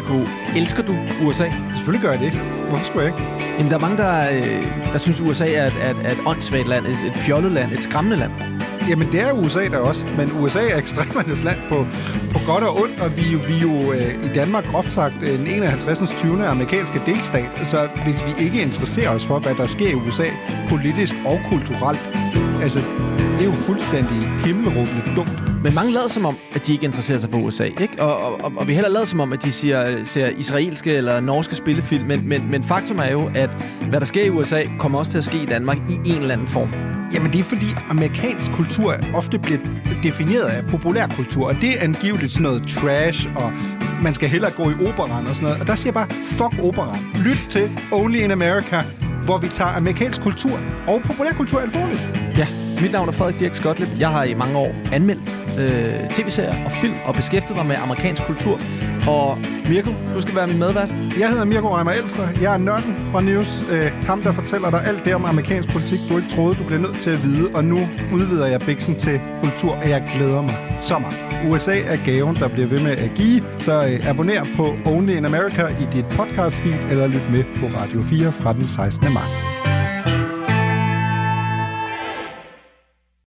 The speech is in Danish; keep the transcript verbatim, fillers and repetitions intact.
Mirko, elsker du U S A? Selvfølgelig gør jeg det. Hvorfor skulle jeg ikke? Jamen, der er mange, der, øh, der synes, U S A er et, er, er et åndssvagt land, et, et fjollet land, et skræmmende land. Jamen, det er U S A der også, men U S A er ekstremernes land på, på godt og ondt, og vi, vi er jo øh, i Danmark groft sagt den enoghalvtreds tyvende amerikanske delstat, så hvis vi ikke interesserer os for, hvad der sker i U S A politisk og kulturelt, altså, det er jo fuldstændig himmelråbende dumt. Men mange lader som om, at de ikke interesserer sig for U S A, ikke? Og, og, og vi heller lader som om, at de siger, ser israelske eller norske spillefilm, men, men, men faktum er jo, at hvad der sker i U S A, kommer også til at ske i Danmark i en eller anden form. Jamen, det er fordi amerikansk kultur ofte bliver defineret af populærkultur, og det er angiveligt sådan noget trash, og man skal hellere gå i operan og sådan noget. Og der siger jeg bare, fuck operan. Lyt til Only in America, hvor vi tager amerikansk kultur og populærkultur alvorligt. Ja, mit navn er Frederik Dirk Skotlip. Jeg har i mange år anmeldt øh, tv-serier og film og beskæftiget mig med amerikansk kultur. Og Mirko, du skal være min medvært. Jeg hedder Mirko Reimer Elster. Jeg er nørden fra News. Øh, ham, der fortæller dig alt det om amerikansk politik, du ikke troede, du blev nødt til at vide. Og nu udvider jeg biksen til kultur, og jeg glæder mig så meget. U S A er gaven, der bliver ved med at give. Så øh, abonner på Only in America i dit podcast feed, eller lyt med på Radio fire fra den sekstende marts.